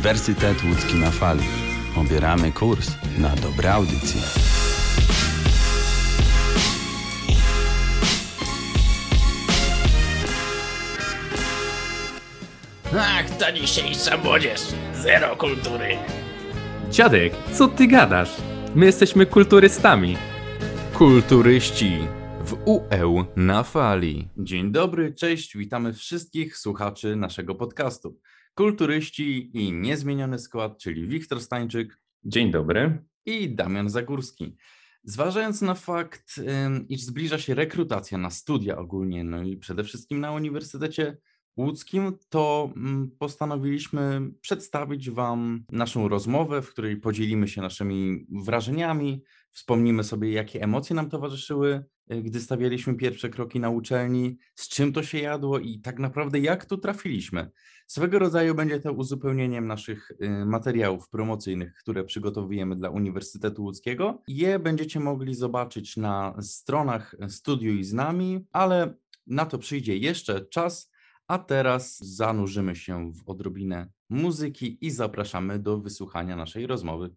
Uniwersytet Łódzki na fali. Obieramy kurs na dobre audycje. Ach, ta dzisiejsza młodzież. Zero kultury. Dziadek, co ty gadasz? My jesteśmy kulturystami. Kulturyści w UE na fali. Dzień dobry, cześć, witamy wszystkich słuchaczy naszego podcastu. Kulturyści i niezmieniony skład, czyli Wiktor Stańczyk. Dzień dobry. I Damian Zagórski. Zważając na fakt, iż zbliża się rekrutacja na studia ogólnie, no i przede wszystkim na Uniwersytecie Łódzkim, to postanowiliśmy przedstawić Wam naszą rozmowę, w której podzielimy się naszymi wrażeniami, wspomnimy sobie, jakie emocje nam towarzyszyły, gdy stawialiśmy pierwsze kroki na uczelni, z czym to się jadło i tak naprawdę jak tu trafiliśmy. Swego rodzaju będzie to uzupełnieniem naszych materiałów promocyjnych, które przygotowujemy dla Uniwersytetu Łódzkiego. Je będziecie mogli zobaczyć na stronach Studiuj z nami, ale na to przyjdzie jeszcze czas. A teraz zanurzymy się w odrobinę muzyki i zapraszamy do wysłuchania naszej rozmowy.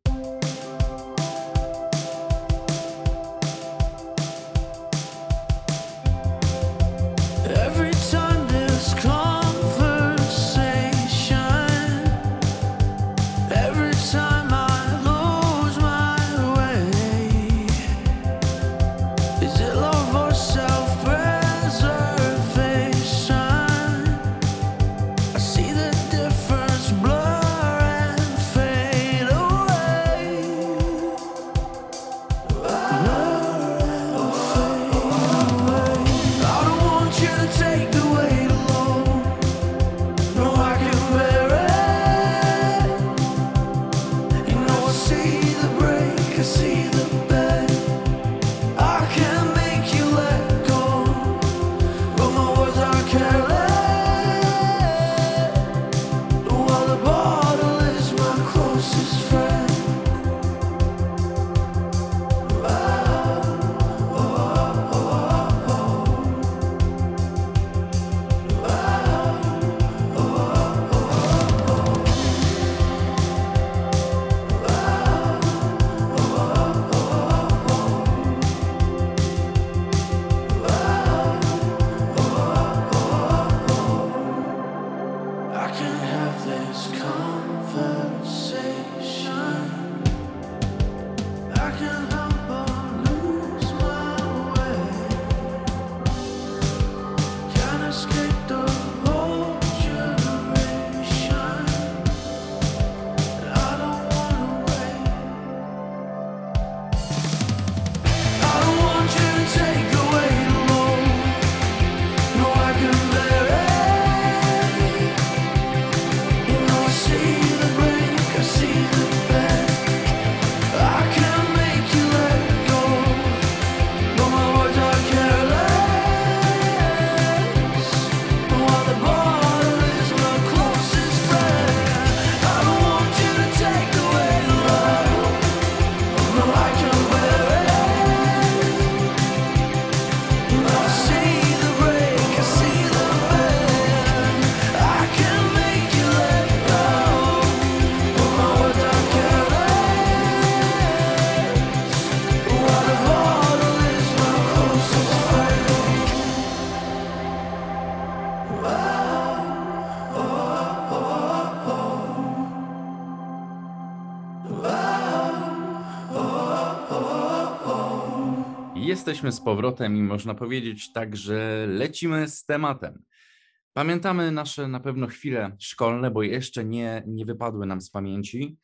Jesteśmy z powrotem i można powiedzieć tak, że lecimy z tematem. Pamiętamy nasze na pewno chwile szkolne, bo jeszcze nie wypadły nam z pamięci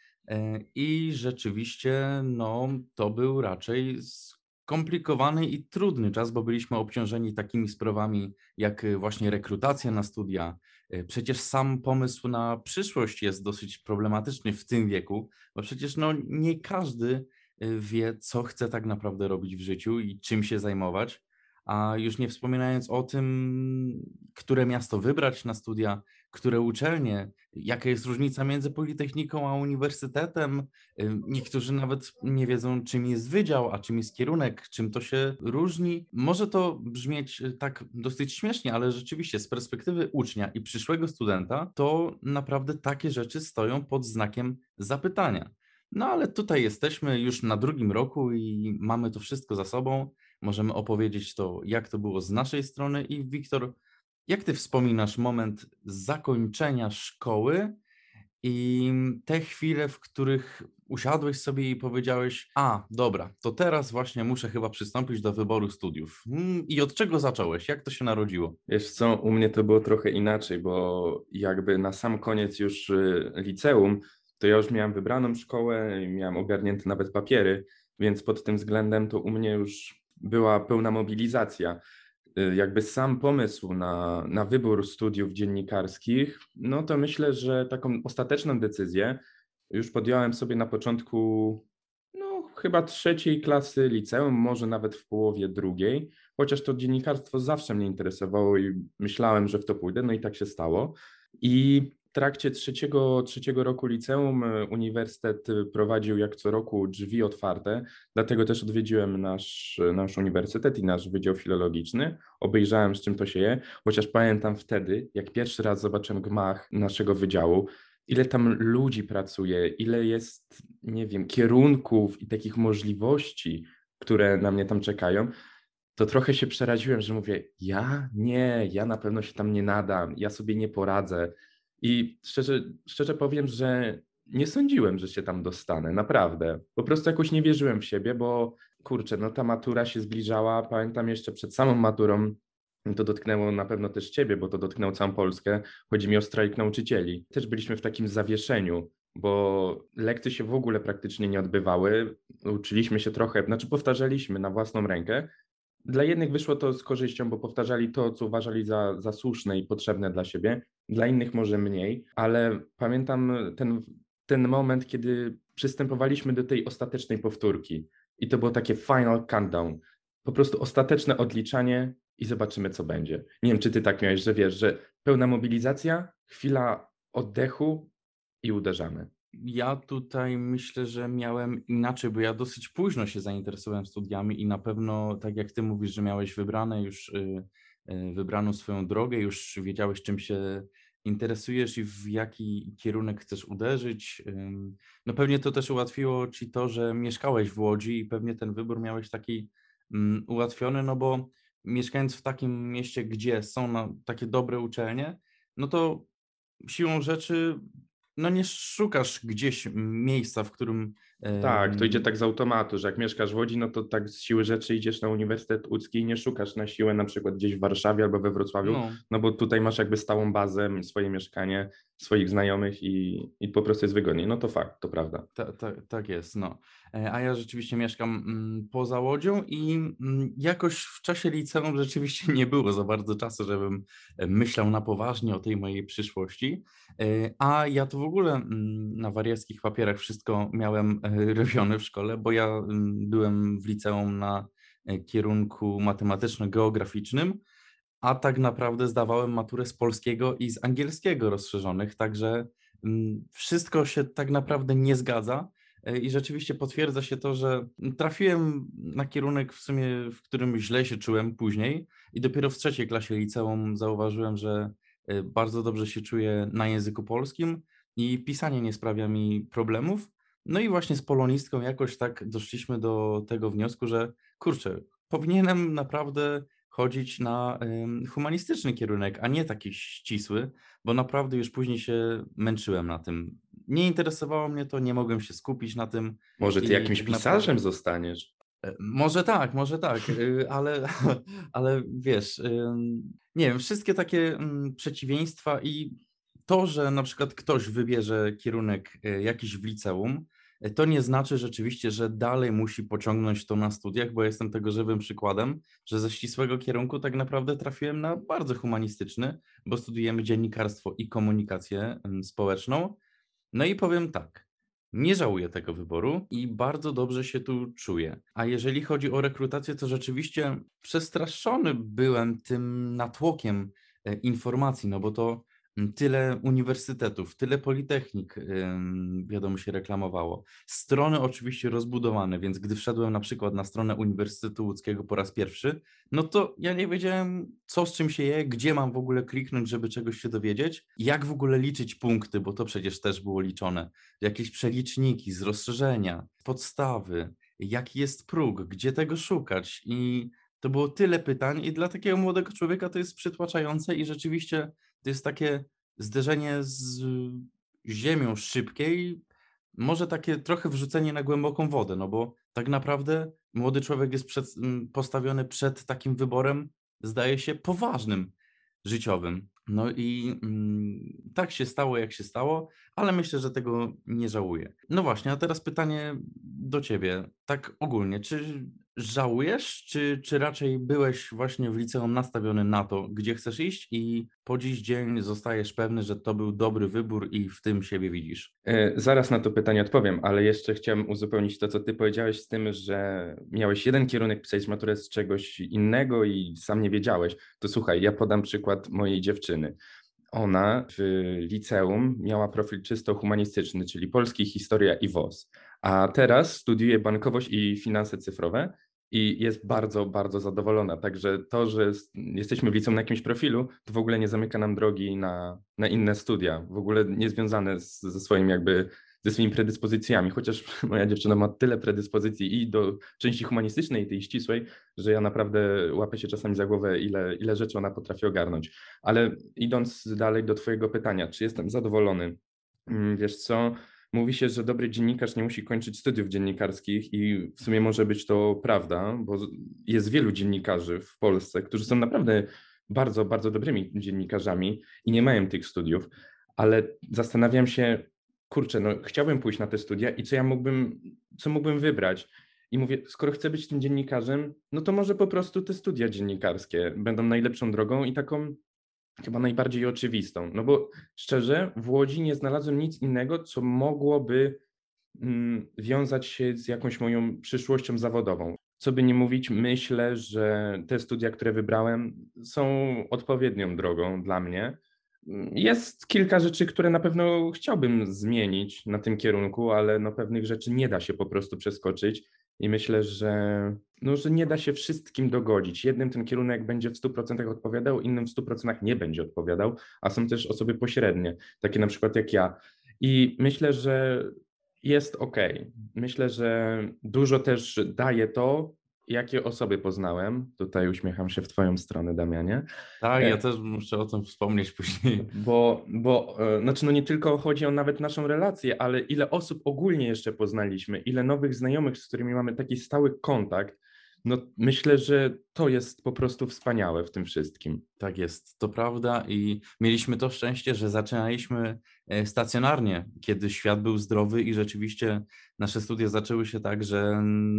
i rzeczywiście to był raczej skomplikowany i trudny czas, bo byliśmy obciążeni takimi sprawami jak właśnie rekrutacja na studia. Przecież sam pomysł na przyszłość jest dosyć problematyczny w tym wieku, bo przecież nie każdy wie, co chce tak naprawdę robić w życiu i czym się zajmować, a już nie wspominając o tym, które miasto wybrać na studia, które uczelnie, jaka jest różnica między Politechniką a uniwersytetem. Niektórzy nawet nie wiedzą, czym jest wydział, a czym jest kierunek, czym to się różni. Może to brzmieć tak dosyć śmiesznie, ale rzeczywiście z perspektywy ucznia i przyszłego studenta, to naprawdę takie rzeczy stoją pod znakiem zapytania. No ale tutaj jesteśmy już na drugim roku i mamy to wszystko za sobą. Możemy opowiedzieć to, jak to było z naszej strony. I Wiktor, jak ty wspominasz moment zakończenia szkoły i te chwile, w których usiadłeś sobie i powiedziałeś: a, dobra, to teraz właśnie muszę chyba przystąpić do wyboru studiów. I od czego zacząłeś? Jak to się narodziło? Wiesz co, u mnie to było trochę inaczej, bo jakby na sam koniec już liceum, to ja już miałem wybraną szkołę i miałem ogarnięte nawet papiery, więc pod tym względem to u mnie już była pełna mobilizacja. Jakby sam pomysł na wybór studiów dziennikarskich, no to myślę, że taką ostateczną decyzję już podjąłem sobie na początku, no chyba trzeciej klasy liceum, może nawet w połowie drugiej, chociaż to dziennikarstwo zawsze mnie interesowało i myślałem, że w to pójdę, no i tak się stało. I w trakcie trzeciego roku liceum uniwersytet prowadził jak co roku drzwi otwarte, dlatego też odwiedziłem nasz uniwersytet i nasz Wydział Filologiczny. Obejrzałem, z czym to się je, chociaż pamiętam wtedy, jak pierwszy raz zobaczyłem gmach naszego wydziału, ile tam ludzi pracuje, ile jest, nie wiem, kierunków i takich możliwości, które na mnie tam czekają, to trochę się przeraziłem, że mówię, ja na pewno się tam nie nadam, ja sobie nie poradzę. I szczerze powiem, że nie sądziłem, że się tam dostanę, naprawdę. Po prostu jakoś nie wierzyłem w siebie, bo kurczę, no ta matura się zbliżała, pamiętam jeszcze przed samą maturą, to dotknęło na pewno też ciebie, bo to dotknęło całą Polskę. Chodzi mi o strajk nauczycieli. Też byliśmy w takim zawieszeniu, bo lekcje się w ogóle praktycznie nie odbywały. Uczyliśmy się trochę, znaczy powtarzaliśmy na własną rękę. Dla jednych wyszło to z korzyścią, bo powtarzali to, co uważali za słuszne i potrzebne dla siebie. Dla innych może mniej, ale pamiętam ten moment, kiedy przystępowaliśmy do tej ostatecznej powtórki. I to było takie final countdown. Po prostu ostateczne odliczanie i zobaczymy, co będzie. Nie wiem, czy ty tak miałeś, że wiesz, że pełna mobilizacja, chwila oddechu i uderzamy. Ja tutaj myślę, że miałem inaczej, bo ja dosyć późno się zainteresowałem studiami i na pewno, tak jak ty mówisz, że miałeś wybraną swoją drogę, już wiedziałeś, czym się interesujesz i w jaki kierunek chcesz uderzyć. No pewnie to też ułatwiło ci to, że mieszkałeś w Łodzi i pewnie ten wybór miałeś taki ułatwiony, no bo mieszkając w takim mieście, gdzie są takie dobre uczelnie, no to siłą rzeczy no nie szukasz gdzieś miejsca, w którym Tak, to idzie tak z automatu, że jak mieszkasz w Łodzi, no to tak z siły rzeczy idziesz na Uniwersytet Łódzki i nie szukasz na siłę na przykład gdzieś w Warszawie albo we Wrocławiu, no, no bo tutaj masz jakby stałą bazę, swoje mieszkanie, swoich znajomych i po prostu jest wygodniej. No to fakt, to prawda. tak jest, no. A ja rzeczywiście mieszkam poza Łodzią i jakoś w czasie liceum rzeczywiście nie było za bardzo czasu, żebym myślał na poważnie o tej mojej przyszłości. A ja to w ogóle na wariackich papierach wszystko miałem robione w szkole, bo ja byłem w liceum na kierunku matematyczno-geograficznym, a tak naprawdę zdawałem maturę z polskiego i z angielskiego rozszerzonych, także wszystko się tak naprawdę nie zgadza i rzeczywiście potwierdza się to, że trafiłem na kierunek w sumie, w którym źle się czułem później i dopiero w trzeciej klasie liceum zauważyłem, że bardzo dobrze się czuję na języku polskim i pisanie nie sprawia mi problemów. No i właśnie z polonistką jakoś tak doszliśmy do tego wniosku, że kurczę, powinienem naprawdę chodzić na humanistyczny kierunek, a nie taki ścisły, bo naprawdę już później się męczyłem na tym. Nie interesowało mnie to, nie mogłem się skupić na tym. Może ty I jakimś tak pisarzem zostaniesz? Może tak, ale wiesz, nie wiem, wszystkie takie przeciwieństwa i to, że na przykład ktoś wybierze kierunek jakiś w liceum, to nie znaczy rzeczywiście, że dalej musi pociągnąć to na studiach, bo jestem tego żywym przykładem, że ze ścisłego kierunku tak naprawdę trafiłem na bardzo humanistyczny, bo studiujemy dziennikarstwo i komunikację społeczną. No i powiem tak, Nie żałuję tego wyboru i bardzo dobrze się tu czuję. A jeżeli chodzi o rekrutację, to rzeczywiście przestraszony byłem tym natłokiem informacji, no bo to tyle uniwersytetów, tyle politechnik, wiadomo, się reklamowało. Strony oczywiście rozbudowane, więc gdy wszedłem na przykład na stronę Uniwersytetu Łódzkiego po raz pierwszy, no to ja nie wiedziałem, co z czym się je, gdzie mam w ogóle kliknąć, żeby czegoś się dowiedzieć, jak w ogóle liczyć punkty, bo to przecież też było liczone, jakieś przeliczniki z rozszerzenia, podstawy, jaki jest próg, gdzie tego szukać i to było tyle pytań i dla takiego młodego człowieka to jest przytłaczające i rzeczywiście to jest takie zderzenie z ziemią szybkie i może takie trochę wrzucenie na głęboką wodę, no bo tak naprawdę młody człowiek jest postawiony przed takim wyborem, zdaje się, poważnym, życiowym. No i tak się stało, jak się stało, ale myślę, że tego nie żałuję. No właśnie, a teraz pytanie do ciebie, tak ogólnie, czy żałujesz, czy raczej byłeś właśnie w liceum nastawiony na to, gdzie chcesz iść i po dziś dzień zostajesz pewny, że to był dobry wybór i w tym siebie widzisz? Zaraz na to pytanie odpowiem, ale jeszcze chciałem uzupełnić to, co ty powiedziałeś z tym, że miałeś jeden kierunek, pisałeś maturę z czegoś innego i sam nie wiedziałeś. To słuchaj, ja podam przykład mojej dziewczyny. Ona w liceum miała profil czysto humanistyczny, czyli polski, historia i WOS, a teraz studiuje bankowość i finanse cyfrowe i jest bardzo, bardzo zadowolona. Także to, że jesteśmy w liceum na jakimś profilu, to w ogóle nie zamyka nam drogi na inne studia, w ogóle niezwiązane ze swoimi predyspozycjami, chociaż moja dziewczyna ma tyle predyspozycji i do części humanistycznej, i tej ścisłej, że ja naprawdę łapię się czasami za głowę, ile rzeczy ona potrafi ogarnąć. Ale idąc dalej do twojego pytania, czy jestem zadowolony? Wiesz co, mówi się, że dobry dziennikarz nie musi kończyć studiów dziennikarskich i w sumie może być to prawda, bo jest wielu dziennikarzy w Polsce, którzy są naprawdę bardzo, bardzo dobrymi dziennikarzami i nie mają tych studiów, ale zastanawiam się, kurczę, no chciałbym pójść na te studia i co mógłbym wybrać? I mówię, skoro chcę być tym dziennikarzem, no to może po prostu te studia dziennikarskie będą najlepszą drogą i taką chyba najbardziej oczywistą. No bo szczerze, w Łodzi nie znalazłem nic innego, co mogłoby wiązać się z jakąś moją przyszłością zawodową. Co by nie mówić, myślę, że te studia, które wybrałem, są odpowiednią drogą dla mnie. Jest kilka rzeczy, które na pewno chciałbym zmienić na tym kierunku, ale no pewnych rzeczy nie da się po prostu przeskoczyć i myślę, że nie da się wszystkim dogodzić. Jednym ten kierunek będzie w 100% odpowiadał, innym w 100% nie będzie odpowiadał, a są też osoby pośrednie, takie na przykład jak ja. I myślę, że jest ok. Myślę, że dużo też daje to, jakie osoby poznałem. Tutaj uśmiecham się w twoją stronę, Damianie. Tak, ja też muszę o tym wspomnieć później. Znaczy nie tylko chodzi o nawet naszą relację, ale ile osób ogólnie jeszcze poznaliśmy, ile nowych znajomych, z którymi mamy taki stały kontakt, no myślę, że to jest po prostu wspaniałe w tym wszystkim. Tak jest, to prawda i mieliśmy to szczęście, że zaczynaliśmy stacjonarnie, kiedy świat był zdrowy i rzeczywiście nasze studia zaczęły się tak, że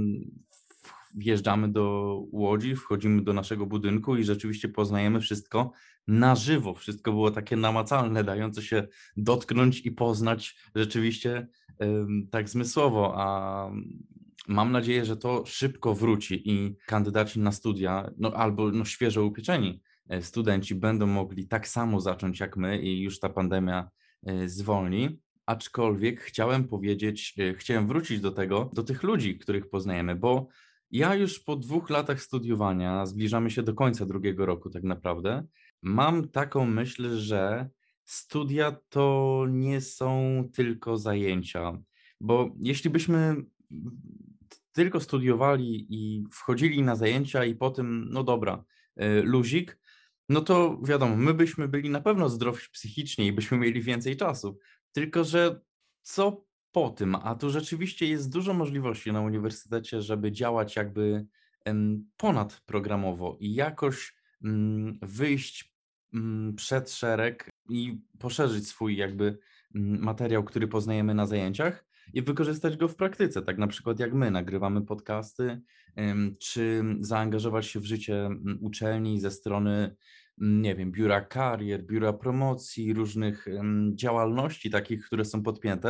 wjeżdżamy do Łodzi, wchodzimy do naszego budynku i rzeczywiście poznajemy wszystko na żywo. Wszystko było takie namacalne, dające się dotknąć i poznać rzeczywiście tak zmysłowo, a mam nadzieję, że to szybko wróci i kandydaci na studia, albo świeżo upieczeni studenci będą mogli tak samo zacząć jak my i już ta pandemia zwolni. Aczkolwiek chciałem wrócić do tych ludzi, których poznajemy, bo ja już po 2 latach studiowania, zbliżamy się do końca drugiego roku tak naprawdę, mam taką myśl, że studia to nie są tylko zajęcia, bo jeśli byśmy tylko studiowali i wchodzili na zajęcia i potem, no dobra, luzik, no to wiadomo, my byśmy byli na pewno zdrowsi psychicznie i byśmy mieli więcej czasu. Tylko że co po tym? A tu rzeczywiście jest dużo możliwości na uniwersytecie, żeby działać jakby ponadprogramowo i jakoś wyjść przed szereg i poszerzyć swój jakby materiał, który poznajemy na zajęciach i wykorzystać go w praktyce, tak na przykład jak my nagrywamy podcasty, czy zaangażować się w życie uczelni ze strony, nie wiem, biura karier, biura promocji, różnych działalności takich, które są podpięte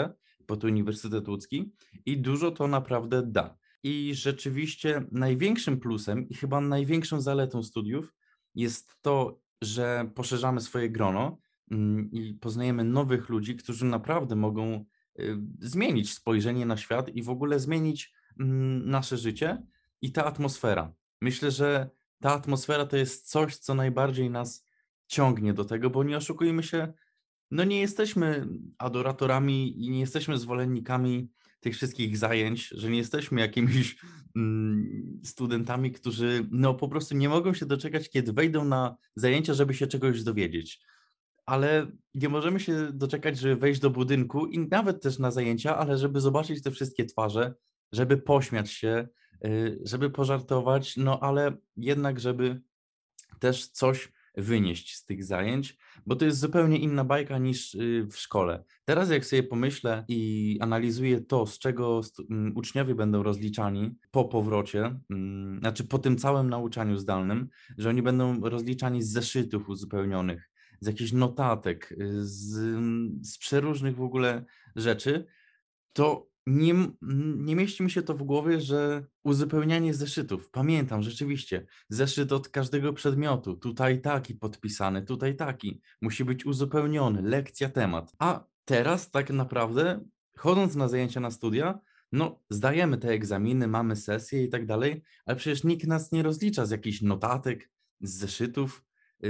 pod Uniwersytet Łódzki i dużo to naprawdę da. I rzeczywiście największym plusem i chyba największą zaletą studiów jest to, że poszerzamy swoje grono i poznajemy nowych ludzi, którzy naprawdę mogą zmienić spojrzenie na świat i w ogóle zmienić nasze życie i ta atmosfera. Myślę, że ta atmosfera to jest coś, co najbardziej nas ciągnie do tego, bo nie oszukujmy się, no nie jesteśmy adoratorami i nie jesteśmy zwolennikami tych wszystkich zajęć, że nie jesteśmy jakimiś studentami, którzy no po prostu nie mogą się doczekać, kiedy wejdą na zajęcia, żeby się czegoś dowiedzieć. Ale nie możemy się doczekać, żeby wejść do budynku i nawet też na zajęcia, ale żeby zobaczyć te wszystkie twarze, żeby pośmiać się, żeby pożartować, no ale jednak, żeby też coś wynieść z tych zajęć, bo to jest zupełnie inna bajka niż w szkole. Teraz jak sobie pomyślę i analizuję to, z czego uczniowie będą rozliczani po powrocie, znaczy po tym całym nauczaniu zdalnym, że oni będą rozliczani z zeszytów uzupełnionych, z jakichś notatek, z przeróżnych w ogóle rzeczy, to nie mieści mi się to w głowie, że uzupełnianie zeszytów. Pamiętam, rzeczywiście, zeszyt od każdego przedmiotu, tutaj taki podpisany, tutaj taki, musi być uzupełniony, lekcja, temat. A teraz tak naprawdę, chodząc na zajęcia na studia, no zdajemy te egzaminy, mamy sesje i tak dalej, ale przecież nikt nas nie rozlicza z jakichś notatek, z zeszytów,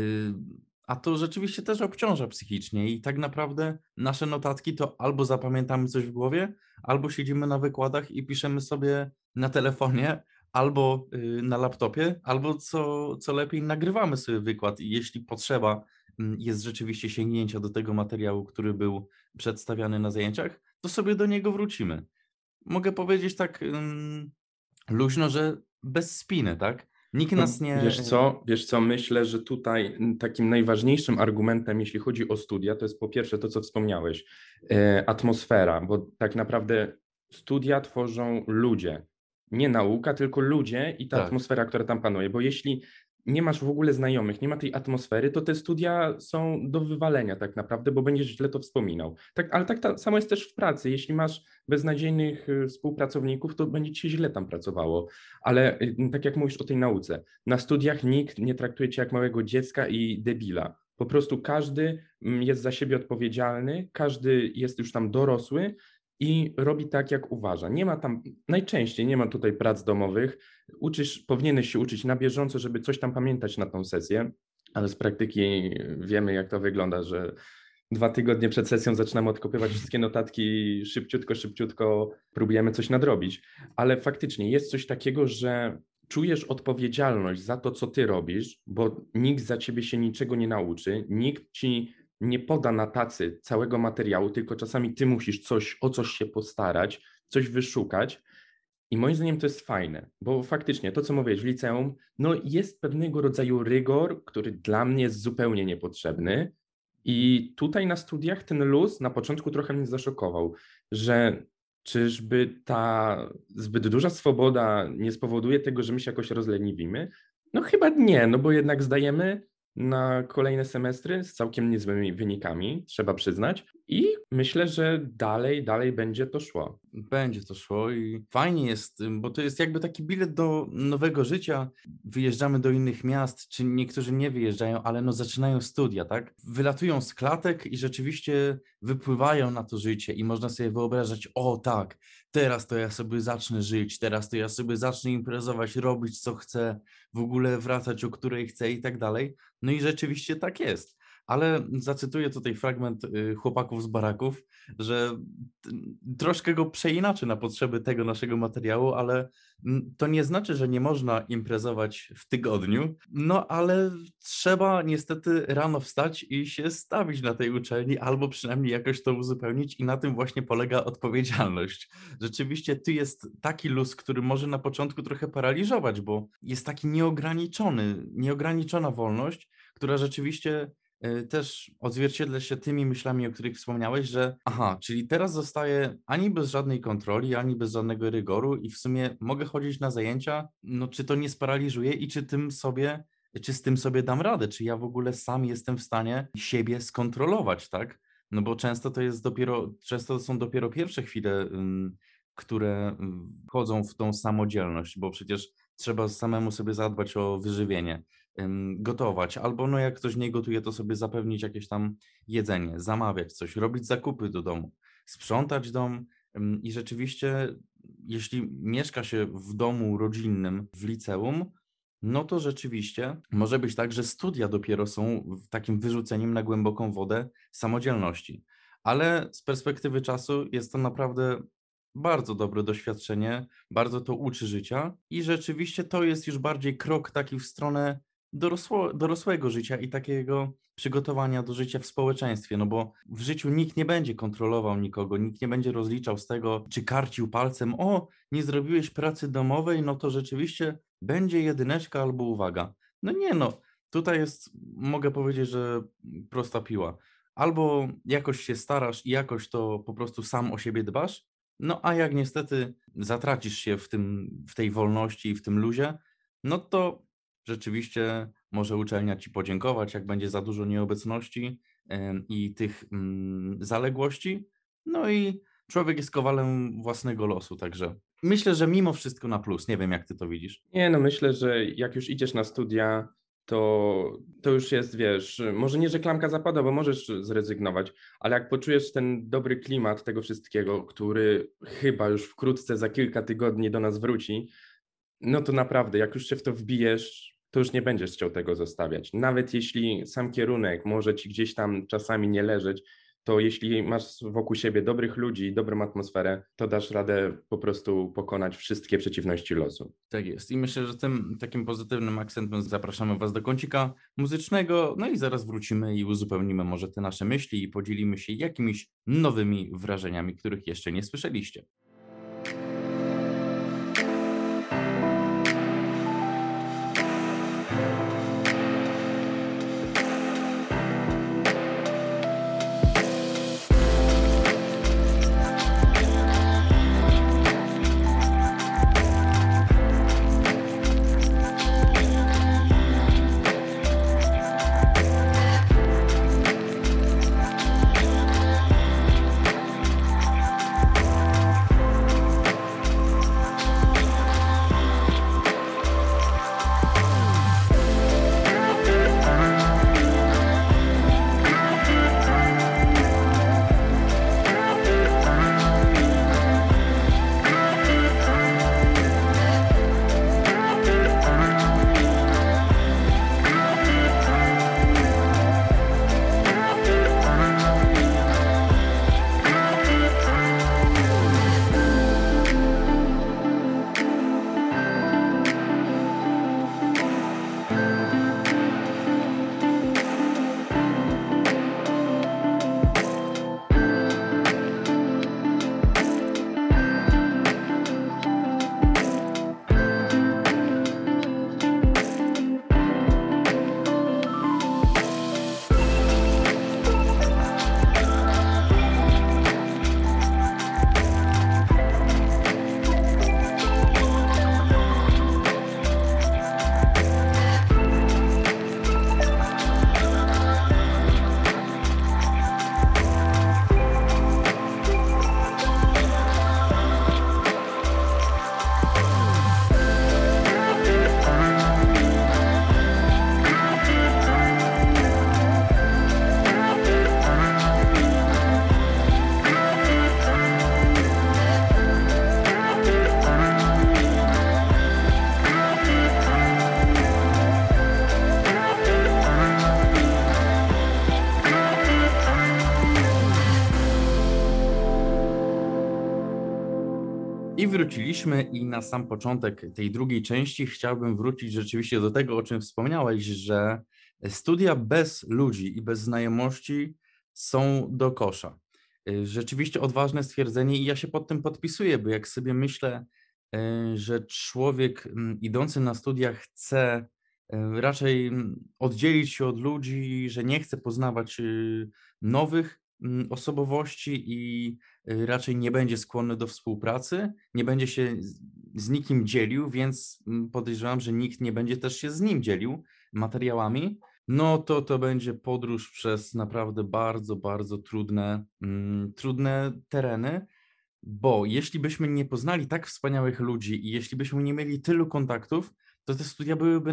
a to rzeczywiście też obciąża psychicznie i tak naprawdę nasze notatki to albo zapamiętamy coś w głowie, albo siedzimy na wykładach i piszemy sobie na telefonie, albo na laptopie, albo co lepiej nagrywamy sobie wykład i jeśli potrzeba jest rzeczywiście sięgnięcia do tego materiału, który był przedstawiany na zajęciach, to sobie do niego wrócimy. Mogę powiedzieć tak luźno, że bez spiny, tak? Nikt nas nie... Wiesz co, myślę, że tutaj takim najważniejszym argumentem, jeśli chodzi o studia, to jest po pierwsze to, co wspomniałeś, atmosfera, bo tak naprawdę studia tworzą ludzie, nie nauka, tylko ludzie i ta Tak. atmosfera, która tam panuje, bo jeśli nie masz w ogóle znajomych, nie ma tej atmosfery, to te studia są do wywalenia tak naprawdę, bo będziesz źle to wspominał. Tak, ale tak samo jest też w pracy. Jeśli masz beznadziejnych współpracowników, to będzie ci się źle tam pracowało. Ale tak jak mówisz o tej nauce, na studiach nikt nie traktuje cię jak małego dziecka i debila. Po prostu każdy jest za siebie odpowiedzialny, każdy jest już tam dorosły i robi tak, jak uważa. Nie ma tam, najczęściej nie ma tutaj prac domowych. Powinieneś się uczyć na bieżąco, żeby coś tam pamiętać na tą sesję, ale z praktyki wiemy, jak to wygląda, że 2 tygodnie przed sesją zaczynamy odkopywać wszystkie notatki szybciutko próbujemy coś nadrobić. Ale faktycznie jest coś takiego, że czujesz odpowiedzialność za to, co ty robisz, bo nikt za ciebie się niczego nie nauczy, nikt ci nie poda na tacy całego materiału, tylko czasami ty musisz o coś się postarać, coś wyszukać. I moim zdaniem to jest fajne, bo faktycznie to, co mówiłeś w liceum, no jest pewnego rodzaju rygor, który dla mnie jest zupełnie niepotrzebny. I tutaj na studiach ten luz na początku trochę mnie zaszokował, że czyżby ta zbyt duża swoboda nie spowoduje tego, że my się jakoś rozleniwimy? No chyba nie, no bo jednak zdajemy na kolejne semestry z całkiem niezłymi wynikami, trzeba przyznać. I myślę, że dalej będzie to szło. Będzie to szło i fajnie jest, bo to jest jakby taki bilet do nowego życia. Wyjeżdżamy do innych miast, czy niektórzy nie wyjeżdżają, ale no zaczynają studia, tak? Wylatują z klatek i rzeczywiście wypływają na to życie i można sobie wyobrażać, o tak, teraz to ja sobie zacznę żyć, teraz to ja sobie zacznę imprezować, robić co chcę, w ogóle wracać o której chcę i tak dalej. No i rzeczywiście tak jest. Ale zacytuję tutaj fragment chłopaków z baraków, że troszkę go przeinaczy na potrzeby tego naszego materiału, ale to nie znaczy, że nie można imprezować w tygodniu, no ale trzeba niestety rano wstać i się stawić na tej uczelni, albo przynajmniej jakoś to uzupełnić i na tym właśnie polega odpowiedzialność. Rzeczywiście tu jest taki luz, który może na początku trochę paraliżować, bo jest taki nieograniczona wolność, która rzeczywiście też odzwierciedla się tymi myślami, o których wspomniałeś, że czyli teraz zostaję ani bez żadnej kontroli, ani bez żadnego rygoru i w sumie mogę chodzić na zajęcia, no czy to nie sparaliżuje i czy z tym sobie dam radę, czy ja w ogóle sam jestem w stanie siebie skontrolować, tak? no bo często to są dopiero pierwsze chwile, które wchodzą w tą samodzielność, bo przecież trzeba samemu sobie zadbać o wyżywienie, gotować, albo no jak ktoś nie gotuje, to sobie zapewnić jakieś tam jedzenie, zamawiać coś, robić zakupy do domu, sprzątać dom i rzeczywiście, jeśli mieszka się w domu rodzinnym, w liceum, no to rzeczywiście może być tak, że studia dopiero są takim wyrzuceniem na głęboką wodę samodzielności. Ale z perspektywy czasu jest to naprawdę bardzo dobre doświadczenie, bardzo to uczy życia i rzeczywiście to jest już bardziej krok taki w stronę dorosłego życia i takiego przygotowania do życia w społeczeństwie, no bo w życiu nikt nie będzie kontrolował nikogo, nikt nie będzie rozliczał z tego, czy karcił palcem, o, nie zrobiłeś pracy domowej, no to rzeczywiście będzie jedyneczka albo uwaga. No nie no, tutaj jest, mogę powiedzieć, że prosta piła. Albo jakoś się starasz i jakoś to po prostu sam o siebie dbasz, no a jak niestety zatracisz się w tej wolności i w tym luzie, no to rzeczywiście może uczelnia ci podziękować, jak będzie za dużo nieobecności i tych zaległości. No i człowiek jest kowalem własnego losu, także myślę, że mimo wszystko na plus. Nie wiem, jak ty to widzisz. Nie, no myślę, że jak już idziesz na studia, to już jest, wiesz, może nie, że klamka zapada, bo możesz zrezygnować, ale jak poczujesz ten dobry klimat tego wszystkiego, który chyba już wkrótce za kilka tygodni do nas wróci, no to naprawdę, jak już się w to wbijesz, to już nie będziesz chciał tego zostawiać. Nawet jeśli sam kierunek może ci gdzieś tam czasami nie leżeć, to jeśli masz wokół siebie dobrych ludzi, dobrą atmosferę, to dasz radę po prostu pokonać wszystkie przeciwności losu. Tak jest. I myślę, że tym takim pozytywnym akcentem zapraszamy Was do kącika muzycznego. No i zaraz wrócimy i uzupełnimy może te nasze myśli i podzielimy się jakimiś nowymi wrażeniami, których jeszcze nie słyszeliście. I wróciliśmy i na sam początek tej drugiej części chciałbym wrócić rzeczywiście do tego, o czym wspomniałeś, że studia bez ludzi i bez znajomości są do kosza. Rzeczywiście odważne stwierdzenie i ja się pod tym podpisuję, bo jak sobie myślę, że człowiek idący na studia chce raczej oddzielić się od ludzi, że nie chce poznawać nowych osobowości i raczej nie będzie skłonny do współpracy, nie będzie się z nikim dzielił, więc podejrzewam, że nikt nie będzie też się z nim dzielił materiałami, No to będzie podróż przez naprawdę bardzo, bardzo trudne tereny, bo jeśli byśmy nie poznali tak wspaniałych ludzi i jeśli byśmy nie mieli tylu kontaktów, to te studia byłyby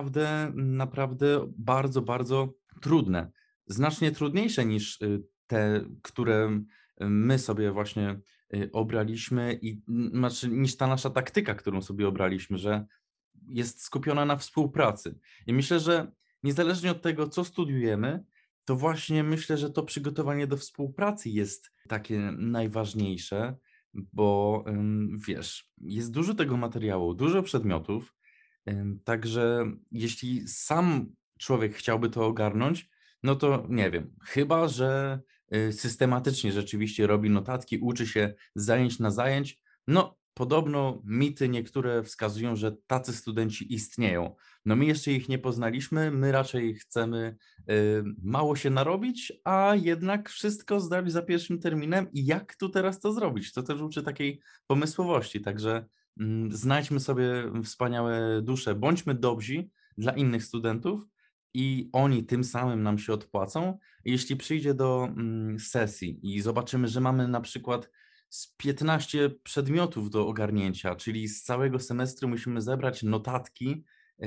naprawdę bardzo, bardzo trudne. Znacznie trudniejsze niż te, które my sobie właśnie obraliśmy znaczy niż ta nasza taktyka, którą sobie obraliśmy, że jest skupiona na współpracy. I myślę, że niezależnie od tego, co studiujemy, to właśnie myślę, że to przygotowanie do współpracy jest takie najważniejsze, bo wiesz, jest dużo tego materiału, dużo przedmiotów, także jeśli sam człowiek chciałby to ogarnąć, no to nie wiem, chyba że systematycznie rzeczywiście robi notatki, uczy się z zajęć na zajęć, no podobno mity niektóre wskazują, że tacy studenci istnieją. No my jeszcze ich nie poznaliśmy, my raczej chcemy mało się narobić, a jednak wszystko zdać za pierwszym terminem i jak tu teraz to zrobić? To też uczy takiej pomysłowości, także znajdźmy sobie wspaniałe dusze, bądźmy dobrzy dla innych studentów i oni tym samym nam się odpłacą. Jeśli przyjdzie do sesji i zobaczymy, że mamy na przykład z 15 przedmiotów do ogarnięcia, czyli z całego semestru musimy zebrać notatki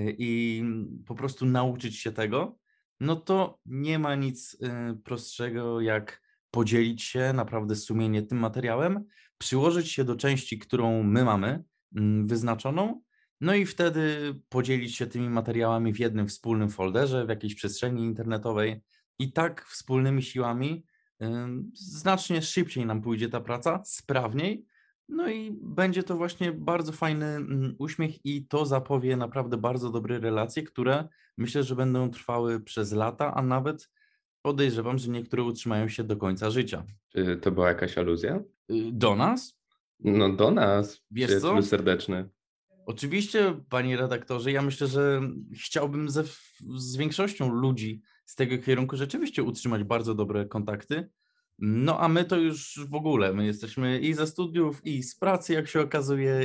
i po prostu nauczyć się tego, no to nie ma nic prostszego jak podzielić się naprawdę sumiennie tym materiałem, przyłożyć się do części, którą my mamy wyznaczoną, no i wtedy podzielić się tymi materiałami w jednym wspólnym folderze, w jakiejś przestrzeni internetowej i tak wspólnymi siłami znacznie szybciej nam pójdzie ta praca, sprawniej, no i będzie to właśnie bardzo fajny uśmiech i to zapowie naprawdę bardzo dobre relacje, które myślę, że będą trwały przez lata, a nawet podejrzewam, że niektóre utrzymają się do końca życia. Czy to była jakaś aluzja? Do nas? No do nas, Wiesz przyjacielu co? serdeczny. Oczywiście, panie redaktorze, ja myślę, że chciałbym z większością ludzi z tego kierunku rzeczywiście utrzymać bardzo dobre kontakty. No a my to już w ogóle, my jesteśmy i ze studiów, i z pracy, jak się okazuje,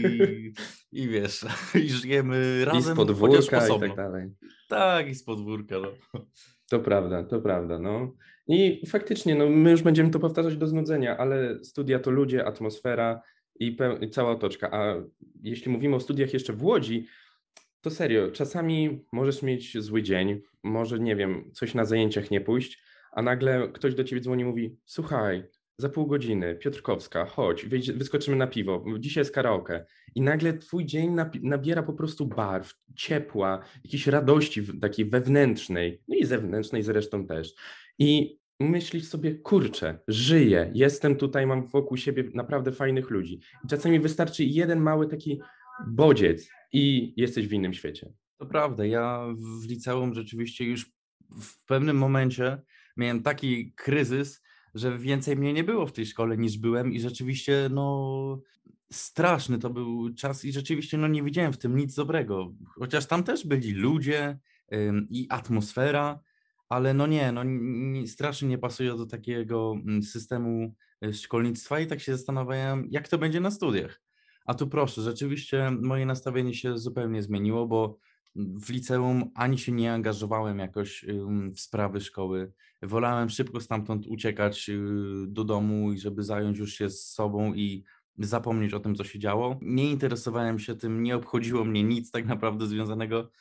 i wiesz, i żyjemy I z razem, chociaż podwórka i tak osobno. dalej. Tak, i z podwórka, no. To prawda, no. I faktycznie, no, my już będziemy to powtarzać do znudzenia, ale studia to ludzie, atmosfera i cała otoczka. A jeśli mówimy o studiach jeszcze w Łodzi, to serio, czasami możesz mieć zły dzień, może, nie wiem, coś na zajęciach nie pójść, a nagle ktoś do ciebie dzwoni i mówi: słuchaj, za pół godziny, Piotrkowska, chodź, wyskoczymy na piwo, dzisiaj jest karaoke. I nagle twój dzień nabiera po prostu barw, ciepła, jakiejś radości takiej wewnętrznej, no i zewnętrznej zresztą też. I myślisz sobie: kurczę, żyję, jestem tutaj, mam wokół siebie naprawdę fajnych ludzi. I czasami wystarczy jeden mały taki bodziec i jesteś w innym świecie. To prawda, ja w liceum rzeczywiście już w pewnym momencie miałem taki kryzys, że więcej mnie nie było w tej szkole niż byłem i rzeczywiście no straszny to był czas i rzeczywiście no nie widziałem w tym nic dobrego. Chociaż tam też byli ludzie i atmosfera, ale no nie, strasznie nie pasuje do takiego systemu szkolnictwa i tak się zastanawiałem, jak to będzie na studiach. A tu proszę, rzeczywiście moje nastawienie się zupełnie zmieniło, bo w liceum ani się nie angażowałem jakoś w sprawy szkoły. Wolałem szybko stamtąd uciekać do domu i żeby zająć już się z sobą i zapomnieć o tym, co się działo. Nie interesowałem się tym, nie obchodziło mnie nic tak naprawdę związanego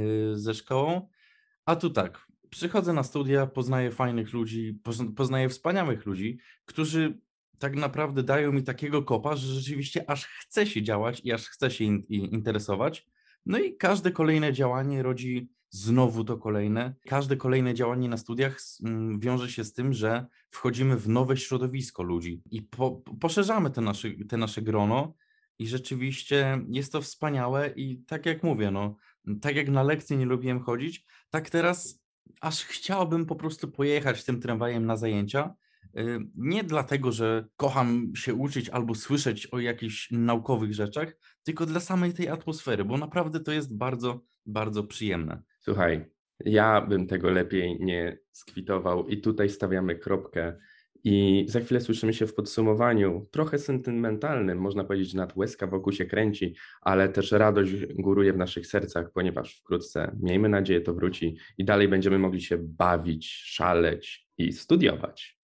ze szkołą. A tu tak, przychodzę na studia, poznaję fajnych ludzi, poznaję wspaniałych ludzi, którzy tak naprawdę dają mi takiego kopa, że rzeczywiście aż chce się działać i aż chce się interesować. No i każde kolejne działanie rodzi znowu to kolejne. Każde kolejne działanie na studiach wiąże się z tym, że wchodzimy w nowe środowisko ludzi i poszerzamy te nasze grono i rzeczywiście jest to wspaniałe i tak jak mówię, no, tak jak na lekcje nie lubiłem chodzić, tak teraz aż chciałbym po prostu pojechać tym tramwajem na zajęcia. Nie dlatego, że kocham się uczyć albo słyszeć o jakichś naukowych rzeczach, tylko dla samej tej atmosfery, bo naprawdę to jest bardzo, bardzo przyjemne. Słuchaj, ja bym tego lepiej nie skwitował i tutaj stawiamy kropkę I za chwilę słyszymy się w podsumowaniu, trochę sentymentalnym, można powiedzieć, że nawet łezka wokół się kręci, ale też radość góruje w naszych sercach, ponieważ wkrótce, miejmy nadzieję, to wróci i dalej będziemy mogli się bawić, szaleć i studiować.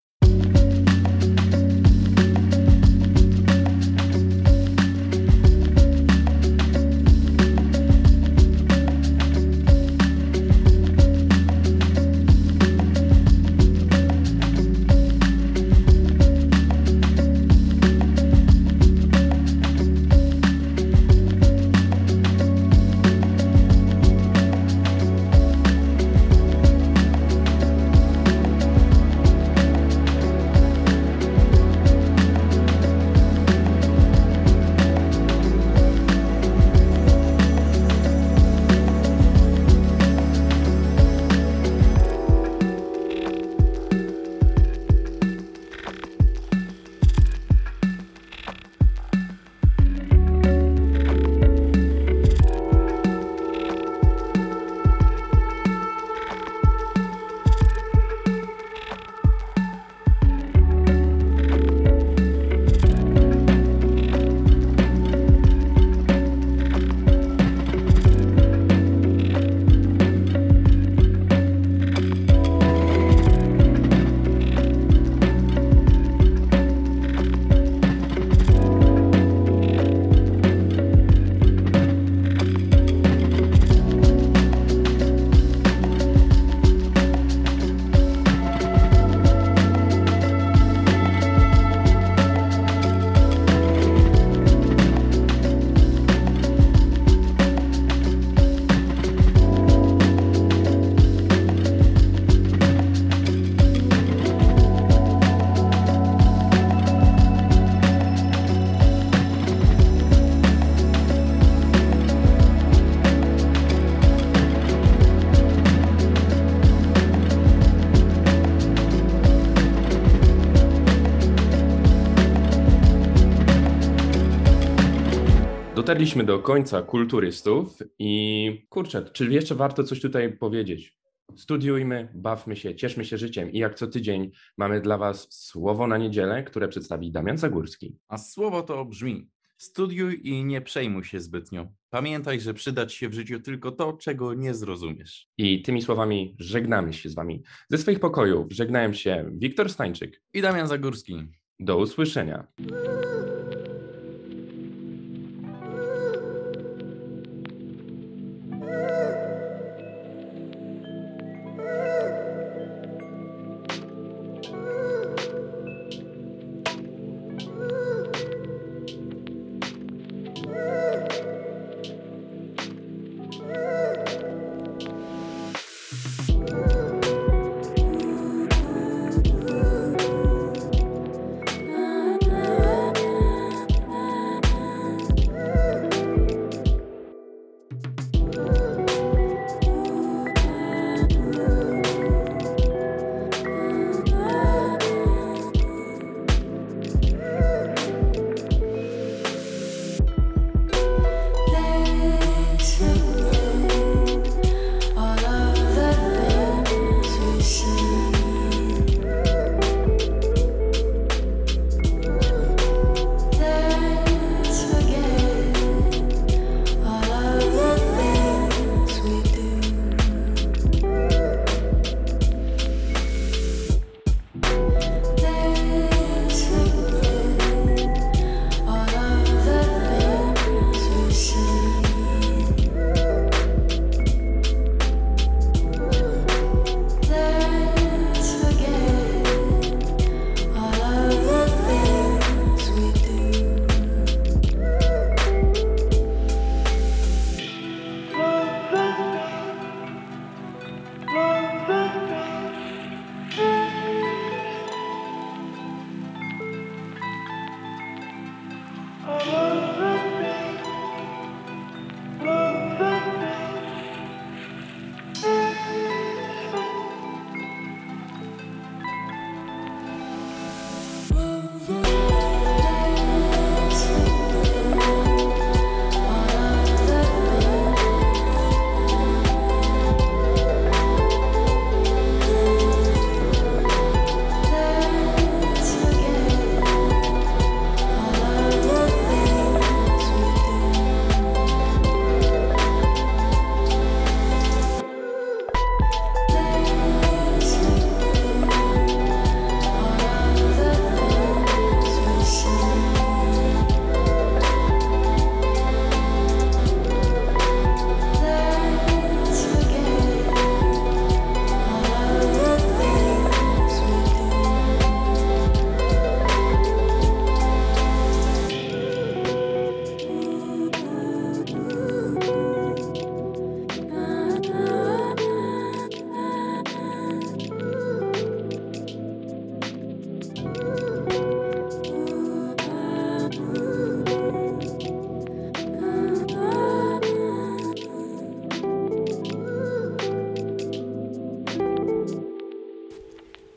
Dotarliśmy do końca kulturystów i kurczę, czy jeszcze warto coś tutaj powiedzieć? Studiujmy, bawmy się, cieszmy się życiem i jak co tydzień mamy dla Was słowo na niedzielę, które przedstawi Damian Zagórski. A słowo to brzmi: studiuj i nie przejmuj się zbytnio. Pamiętaj, że przyda Ci się w życiu tylko to, czego nie zrozumiesz. I tymi słowami żegnamy się z Wami. Ze swoich pokojów żegnają się Wiktor Stańczyk I Damian Zagórski. Do usłyszenia.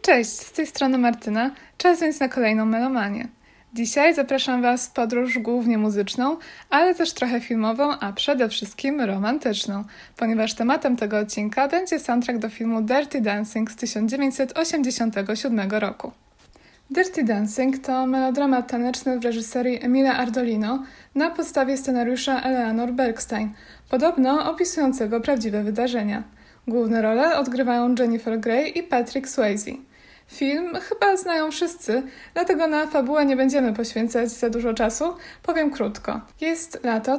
Cześć, z tej strony Martyna. Czas więc na kolejną melomanię. Dzisiaj zapraszam Was w podróż głównie muzyczną, ale też trochę filmową, a przede wszystkim romantyczną, ponieważ tematem tego odcinka będzie soundtrack do filmu Dirty Dancing z 1987 roku. Dirty Dancing to melodramat taneczny w reżyserii Emila Ardolino na podstawie scenariusza Eleanor Bergstein, podobno opisującego prawdziwe wydarzenia. Główne role odgrywają Jennifer Grey i Patrick Swayze. Film chyba znają wszyscy, dlatego na fabułę nie będziemy poświęcać za dużo czasu, powiem krótko. Jest lato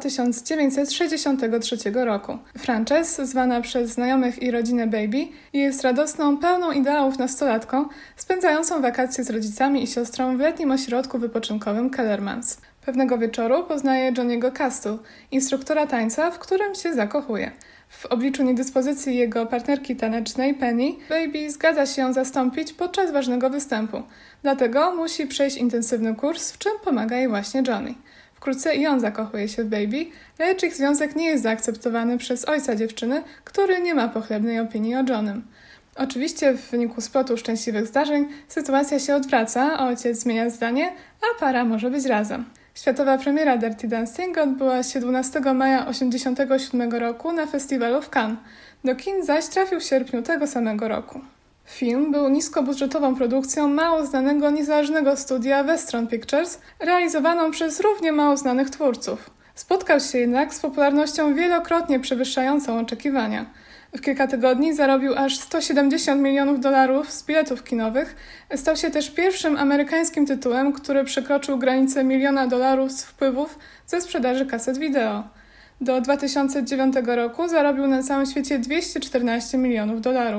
1963 roku. Frances, zwana przez znajomych i rodzinę Baby, jest radosną, pełną ideałów nastolatką, spędzającą wakacje z rodzicami i siostrą w letnim ośrodku wypoczynkowym Kellermans. Pewnego wieczoru poznaje Johnny'ego Castle, instruktora tańca, w którym się zakochuje. W obliczu niedyspozycji jego partnerki tanecznej, Penny, Baby zgadza się ją zastąpić podczas ważnego występu. Dlatego musi przejść intensywny kurs, w czym pomaga jej właśnie Johnny. Wkrótce i on zakochuje się w Baby, lecz ich związek nie jest zaakceptowany przez ojca dziewczyny, który nie ma pochlebnej opinii o Johnym. Oczywiście w wyniku splotu szczęśliwych zdarzeń sytuacja się odwraca, ojciec zmienia zdanie, a para może być razem. Światowa premiera Dirty Dancing odbyła się 12 maja 1987 roku na festiwalu w Cannes. Do kin zaś trafił w sierpniu tego samego roku. Film był niskobudżetową produkcją mało znanego niezależnego studia Westron Pictures, realizowaną przez równie mało znanych twórców. Spotkał się jednak z popularnością wielokrotnie przewyższającą oczekiwania. W kilka tygodni zarobił aż $170 milionów z biletów kinowych. Stał się też pierwszym amerykańskim tytułem, który przekroczył granicę $1 miliona wpływów ze sprzedaży kaset wideo. Do 2009 roku zarobił na całym świecie $214 milionów.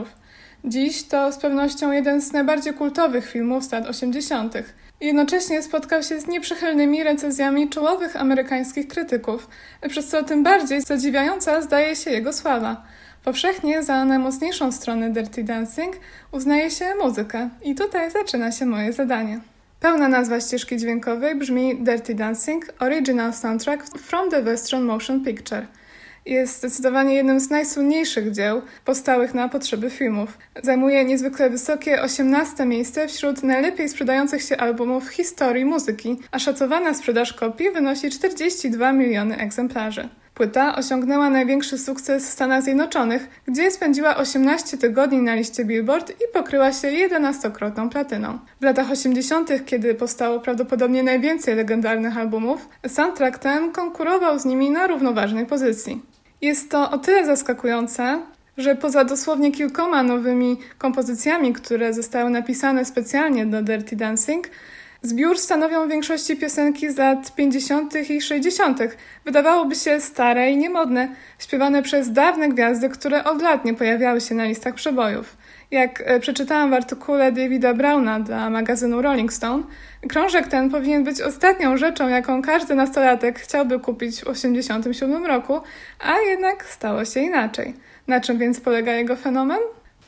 Dziś to z pewnością jeden z najbardziej kultowych filmów z lat 80. Jednocześnie spotkał się z nieprzychylnymi recenzjami czołowych amerykańskich krytyków, przez co tym bardziej zadziwiająca zdaje się jego sława. Powszechnie za najmocniejszą stronę Dirty Dancing uznaje się muzykę i tutaj zaczyna się moje zadanie. Pełna nazwa ścieżki dźwiękowej brzmi Dirty Dancing Original Soundtrack from the Westron Motion Picture. Jest zdecydowanie jednym z najsłynniejszych dzieł powstałych na potrzeby filmów. Zajmuje niezwykle wysokie 18 miejsce wśród najlepiej sprzedających się albumów w historii muzyki, a szacowana sprzedaż kopii wynosi 42 miliony egzemplarzy. Płyta osiągnęła największy sukces w Stanach Zjednoczonych, gdzie spędziła 18 tygodni na liście Billboard i pokryła się 11-krotną platyną. W latach 80., kiedy powstało prawdopodobnie najwięcej legendarnych albumów, soundtrack ten konkurował z nimi na równoważnej pozycji. Jest to o tyle zaskakujące, że poza dosłownie kilkoma nowymi kompozycjami, które zostały napisane specjalnie do Dirty Dancing, zbiór stanowią w większości piosenki z lat 50. i 60. Wydawałoby się stare i niemodne, śpiewane przez dawne gwiazdy, które od lat nie pojawiały się na listach przebojów. Jak przeczytałam w artykule Davida Browna dla magazynu Rolling Stone, krążek ten powinien być ostatnią rzeczą, jaką każdy nastolatek chciałby kupić w 1987 roku, a jednak stało się inaczej. Na czym więc polega jego fenomen?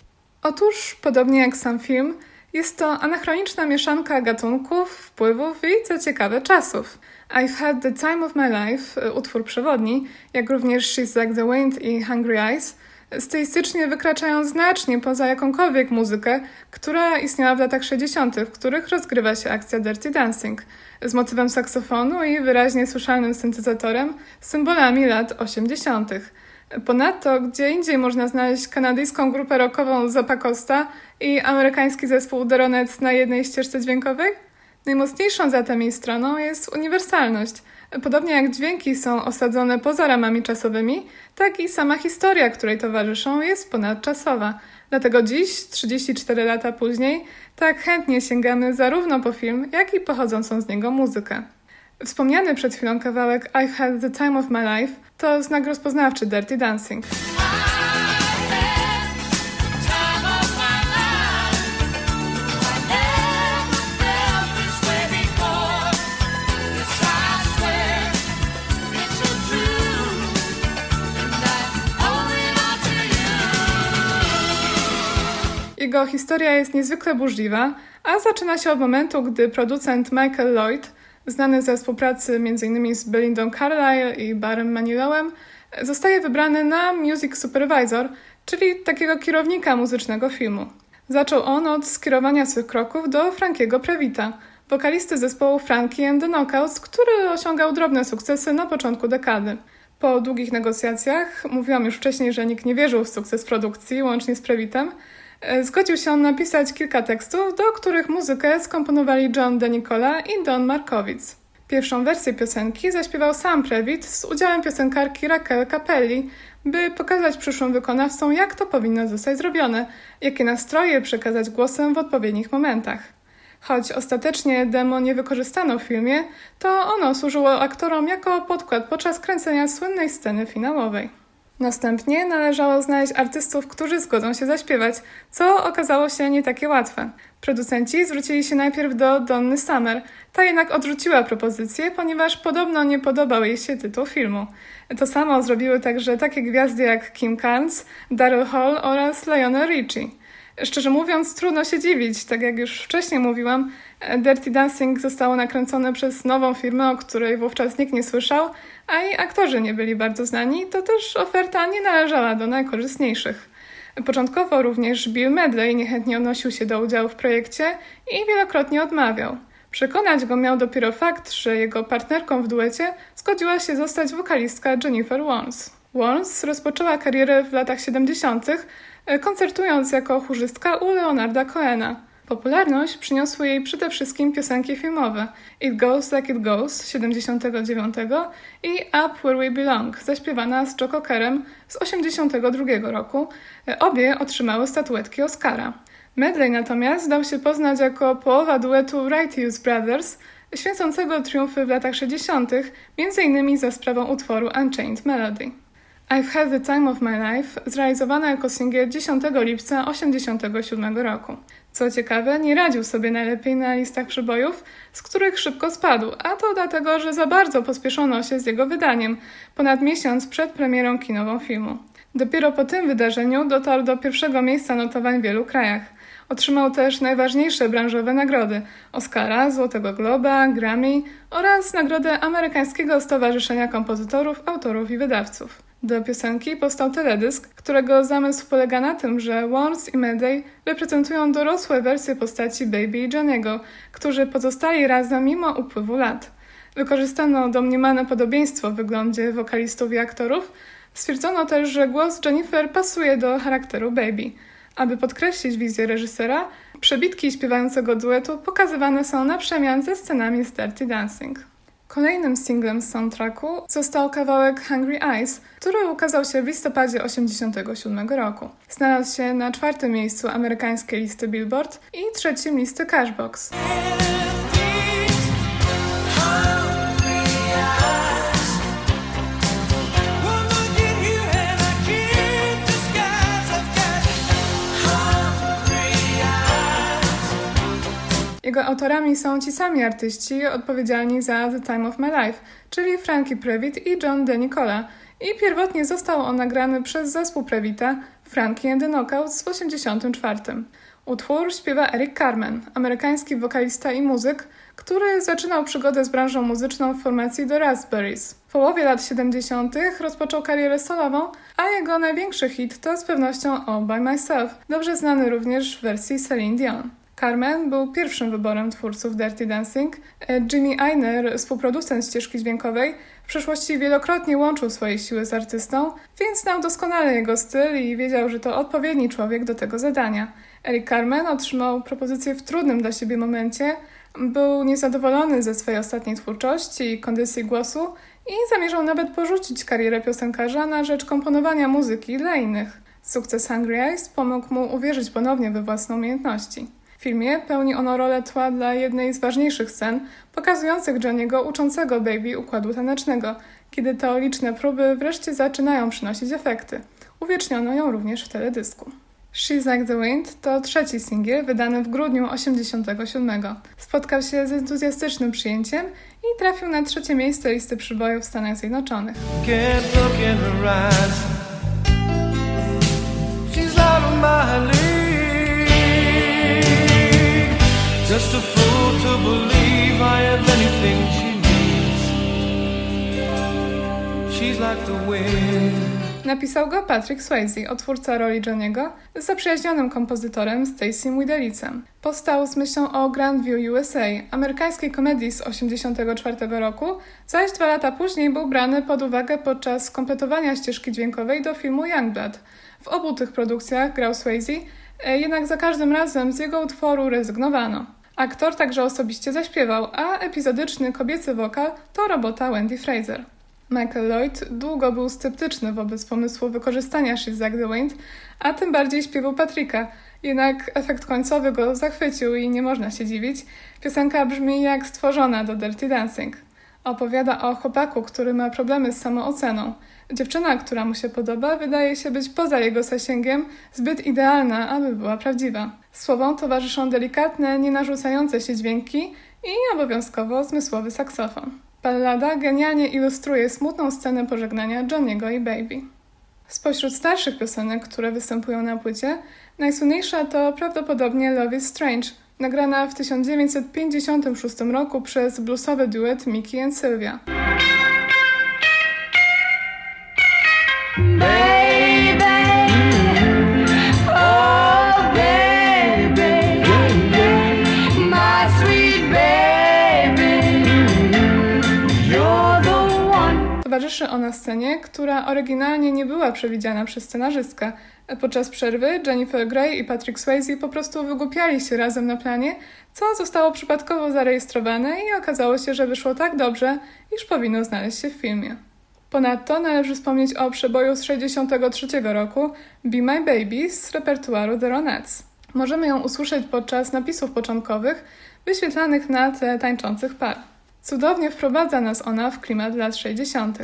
Otóż, podobnie jak sam film, jest to anachroniczna mieszanka gatunków, wpływów i, co ciekawe, czasów. I've Had the Time of My Life, utwór przewodni, jak również She's Like the Wind i Hungry Eyes, stylistycznie wykraczają znacznie poza jakąkolwiek muzykę, która istniała w latach 60., w których rozgrywa się akcja Dirty Dancing, z motywem saksofonu i wyraźnie słyszalnym syntezatorem, symbolami lat 80. Ponadto gdzie indziej można znaleźć kanadyjską grupę rockową Zappa Costa i amerykański zespół The Ronettes na jednej ścieżce dźwiękowej? Najmocniejszą zatem jej stroną jest uniwersalność. Podobnie jak dźwięki są osadzone poza ramami czasowymi, tak i sama historia, której towarzyszą, jest ponadczasowa. Dlatego dziś, 34 lata później, tak chętnie sięgamy zarówno po film, jak i pochodzącą z niego muzykę. Wspomniany przed chwilą kawałek I've Had the Time of My Life to znak rozpoznawczy Dirty Dancing. Jego historia jest niezwykle burzliwa, a zaczyna się od momentu, gdy producent Michael Lloyd, znany ze współpracy m.in. z Belindą Carlisle i Barrem Manilowem, zostaje wybrany na Music Supervisor, czyli takiego kierownika muzycznego filmu. Zaczął on od skierowania swych kroków do Frankiego Previta, wokalisty zespołu Frankie and the Knockouts, który osiągał drobne sukcesy na początku dekady. Po długich negocjacjach, mówiłam już wcześniej, że nikt nie wierzył w sukces produkcji, łącznie z Previtem, zgodził się on napisać kilka tekstów, do których muzykę skomponowali John DeNicola i Don Markowitz. Pierwszą wersję piosenki zaśpiewał sam Previt z udziałem piosenkarki Raquel Capelli, by pokazać przyszłym wykonawcom, jak to powinno zostać zrobione, jakie nastroje przekazać głosem w odpowiednich momentach. Choć ostatecznie demo nie wykorzystano w filmie, to ono służyło aktorom jako podkład podczas kręcenia słynnej sceny finałowej. Następnie należało znaleźć artystów, którzy zgodzą się zaśpiewać, co okazało się nie takie łatwe. Producenci zwrócili się najpierw do Donny Summer, ta jednak odrzuciła propozycję, ponieważ podobno nie podobał jej się tytuł filmu. To samo zrobiły także takie gwiazdy jak Kim Carnes, Daryl Hall oraz Lionel Richie. Szczerze mówiąc, trudno się dziwić, tak jak już wcześniej mówiłam, Dirty Dancing zostało nakręcone przez nową firmę, o której wówczas nikt nie słyszał, a i aktorzy nie byli bardzo znani, to też oferta nie należała do najkorzystniejszych. Początkowo również Bill Medley niechętnie odnosił się do udziału w projekcie i wielokrotnie odmawiał. Przekonać go miał dopiero fakt, że jego partnerką w duecie zgodziła się zostać wokalistka Jennifer Warnes. Warnes rozpoczęła karierę w latach 70., koncertując jako chórzystka u Leonarda Cohena. Popularność przyniosły jej przede wszystkim piosenki filmowe It Goes Like It Goes z 79 i Up Where We Belong, zaśpiewana z Joe Cockerem z 82 roku. Obie otrzymały statuetki Oscara. Medley natomiast dał się poznać jako połowa duetu Righteous Brothers, święcącego triumfy w latach 60., m.in. za sprawą utworu Unchained Melody. I've Had the Time of My Life zrealizowana jako singiel 10 lipca 1987 roku. Co ciekawe, nie radził sobie najlepiej na listach przebojów, z których szybko spadł, a to dlatego, że za bardzo pospieszono się z jego wydaniem, ponad miesiąc przed premierą kinową filmu. Dopiero po tym wydarzeniu dotarł do pierwszego miejsca notowań w wielu krajach. Otrzymał też najważniejsze branżowe nagrody – Oscara, Złotego Globa, Grammy oraz nagrodę Amerykańskiego Stowarzyszenia Kompozytorów, Autorów i Wydawców. Do piosenki powstał teledysk, którego zamysł polega na tym, że Warnes i Medley reprezentują dorosłe wersje postaci Baby i Johnny'ego, którzy pozostali razem mimo upływu lat. Wykorzystano domniemane podobieństwo w wyglądzie wokalistów i aktorów. Stwierdzono też, że głos Jennifer pasuje do charakteru Baby. Aby podkreślić wizję reżysera, przebitki śpiewającego duetu pokazywane są na przemian ze scenami z Dirty Dancing. Kolejnym singlem z soundtracku został kawałek Hungry Eyes, który ukazał się w listopadzie 1987 roku. Znalazł się na 4. miejscu amerykańskiej listy Billboard i 3. listy Cashbox. Jego autorami są ci sami artyści odpowiedzialni za The Time of My Life, czyli Frankie Previt i John DeNicola, i pierwotnie został on nagrany przez zespół Previta Frankie and the Knockouts w 1984. Utwór śpiewa Eric Carmen, amerykański wokalista i muzyk, który zaczynał przygodę z branżą muzyczną w formacji The Raspberries. W połowie lat 70. rozpoczął karierę solową, a jego największy hit to z pewnością All By Myself, dobrze znany również w wersji Celine Dion. Carmen był pierwszym wyborem twórców Dirty Dancing. Jimmy Ienner, współproducent ścieżki dźwiękowej, w przeszłości wielokrotnie łączył swoje siły z artystą, więc znał doskonale jego styl i wiedział, że to odpowiedni człowiek do tego zadania. Eric Carmen otrzymał propozycję w trudnym dla siebie momencie, był niezadowolony ze swojej ostatniej twórczości i kondycji głosu i zamierzał nawet porzucić karierę piosenkarza na rzecz komponowania muzyki dla innych. Sukces Hungry Eyes pomógł mu uwierzyć ponownie we własne umiejętności. W filmie pełni ono rolę tła dla jednej z ważniejszych scen, pokazujących Johnny'ego uczącego Baby układu tanecznego, kiedy to liczne próby wreszcie zaczynają przynosić efekty. Uwieczniono ją również w teledysku. She's Like the Wind to 3. singiel wydany w grudniu 1987. Spotkał się z entuzjastycznym przyjęciem i trafił na 3. miejsce listy przybojów w Stanach Zjednoczonych. Just a fool to believe I have anything she needs. She's like the wind. Napisał go Patrick Swayze, twórca roli Johniego, z zaprzyjaźnionym kompozytorem Stacey Widelicem. Powstał z myślą o Grandview USA, amerykańskiej komedii z 1984 roku, zaś 2 lata później był brany pod uwagę podczas kompletowania ścieżki dźwiękowej do filmu Youngblood. W obu tych produkcjach grał Swayze, jednak za każdym razem z jego utworu rezygnowano. Aktor także osobiście zaśpiewał, a epizodyczny kobiecy wokal to robota Wendy Fraser. Michael Lloyd długo był sceptyczny wobec pomysłu wykorzystania She's Like the Wind, a tym bardziej śpiewu Patricka. Jednak efekt końcowy go zachwycił i nie można się dziwić. Piosenka brzmi jak stworzona do Dirty Dancing. Opowiada o chłopaku, który ma problemy z samooceną. Dziewczyna, która mu się podoba, wydaje się być poza jego zasięgiem, zbyt idealna, aby była prawdziwa. Słowom towarzyszą delikatne, nienarzucające się dźwięki i obowiązkowo zmysłowy saksofon. Ballada genialnie ilustruje smutną scenę pożegnania Johniego i Baby. Spośród starszych piosenek, które występują na płycie, najsłynniejsza to prawdopodobnie Love is Strange, nagrana w 1956 roku przez bluesowy duet Mickey and Sylvia. Towarzyszy ona scenie, która oryginalnie nie była przewidziana przez scenarzystkę. Podczas przerwy Jennifer Grey i Patrick Swayze po prostu wygłupiali się razem na planie, co zostało przypadkowo zarejestrowane i okazało się, że wyszło tak dobrze, iż powinno znaleźć się w filmie. Ponadto należy wspomnieć o przeboju z 1963 roku Be My Baby z repertuaru The Ronettes. Możemy ją usłyszeć podczas napisów początkowych wyświetlanych na tle tańczących par. Cudownie wprowadza nas ona w klimat lat 60.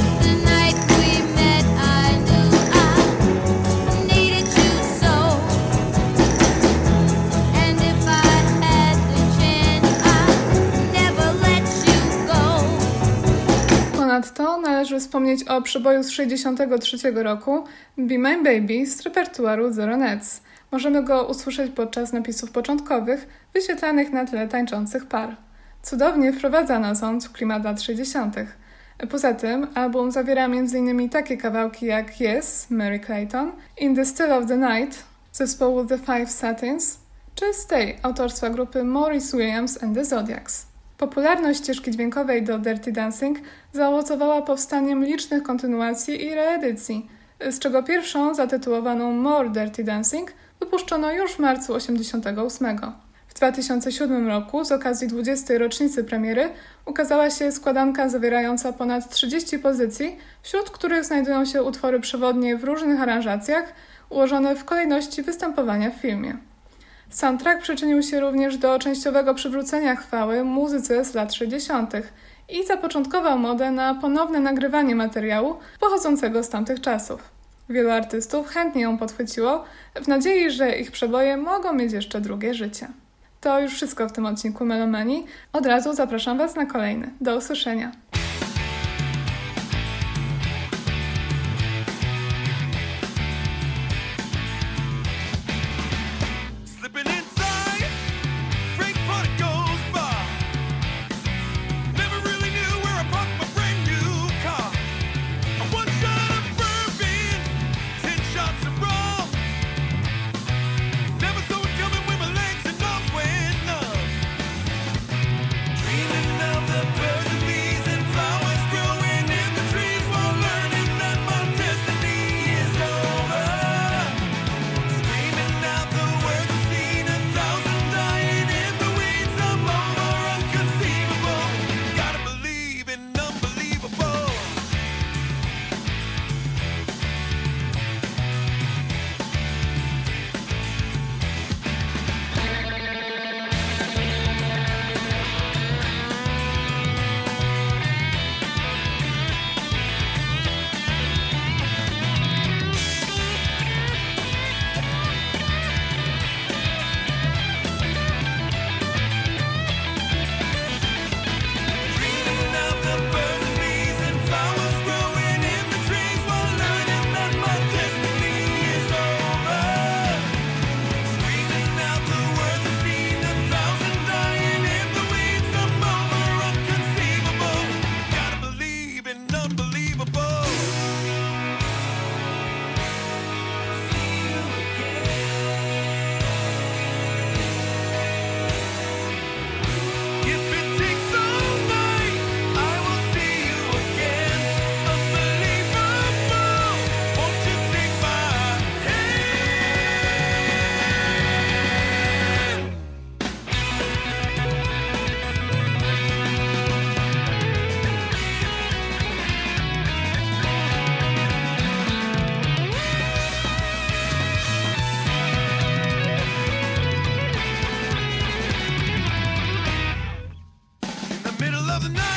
Ponadto należy wspomnieć o przeboju z 1963 roku Be My Baby z repertuaru The Ronettes. Możemy go usłyszeć podczas napisów początkowych wyświetlanych na tle tańczących par. Cudownie wprowadza nas on w klimat lat 60. Poza tym album zawiera m.in. takie kawałki jak Yes, Mary Clayton, In the Still of the Night zespołu The Five Satins czy Stay autorstwa grupy Maurice Williams and the Zodiacs. Popularność ścieżki dźwiękowej do Dirty Dancing zaowocowała powstaniem licznych kontynuacji i reedycji, z czego pierwszą, zatytułowaną More Dirty Dancing, wypuszczono już w marcu 1988. W 2007 roku, z okazji 20. rocznicy premiery, ukazała się składanka zawierająca ponad 30 pozycji, wśród których znajdują się utwory przewodnie w różnych aranżacjach, ułożone w kolejności występowania w filmie. Soundtrack przyczynił się również do częściowego przywrócenia chwały muzyce z lat 60. i zapoczątkował modę na ponowne nagrywanie materiału pochodzącego z tamtych czasów. Wielu artystów chętnie ją podchwyciło, w nadziei, że ich przeboje mogą mieć jeszcze drugie życie. To już wszystko w tym odcinku Melomanii. Od razu zapraszam Was na kolejny. Do usłyszenia. Dreaming of the birds and bees and the night.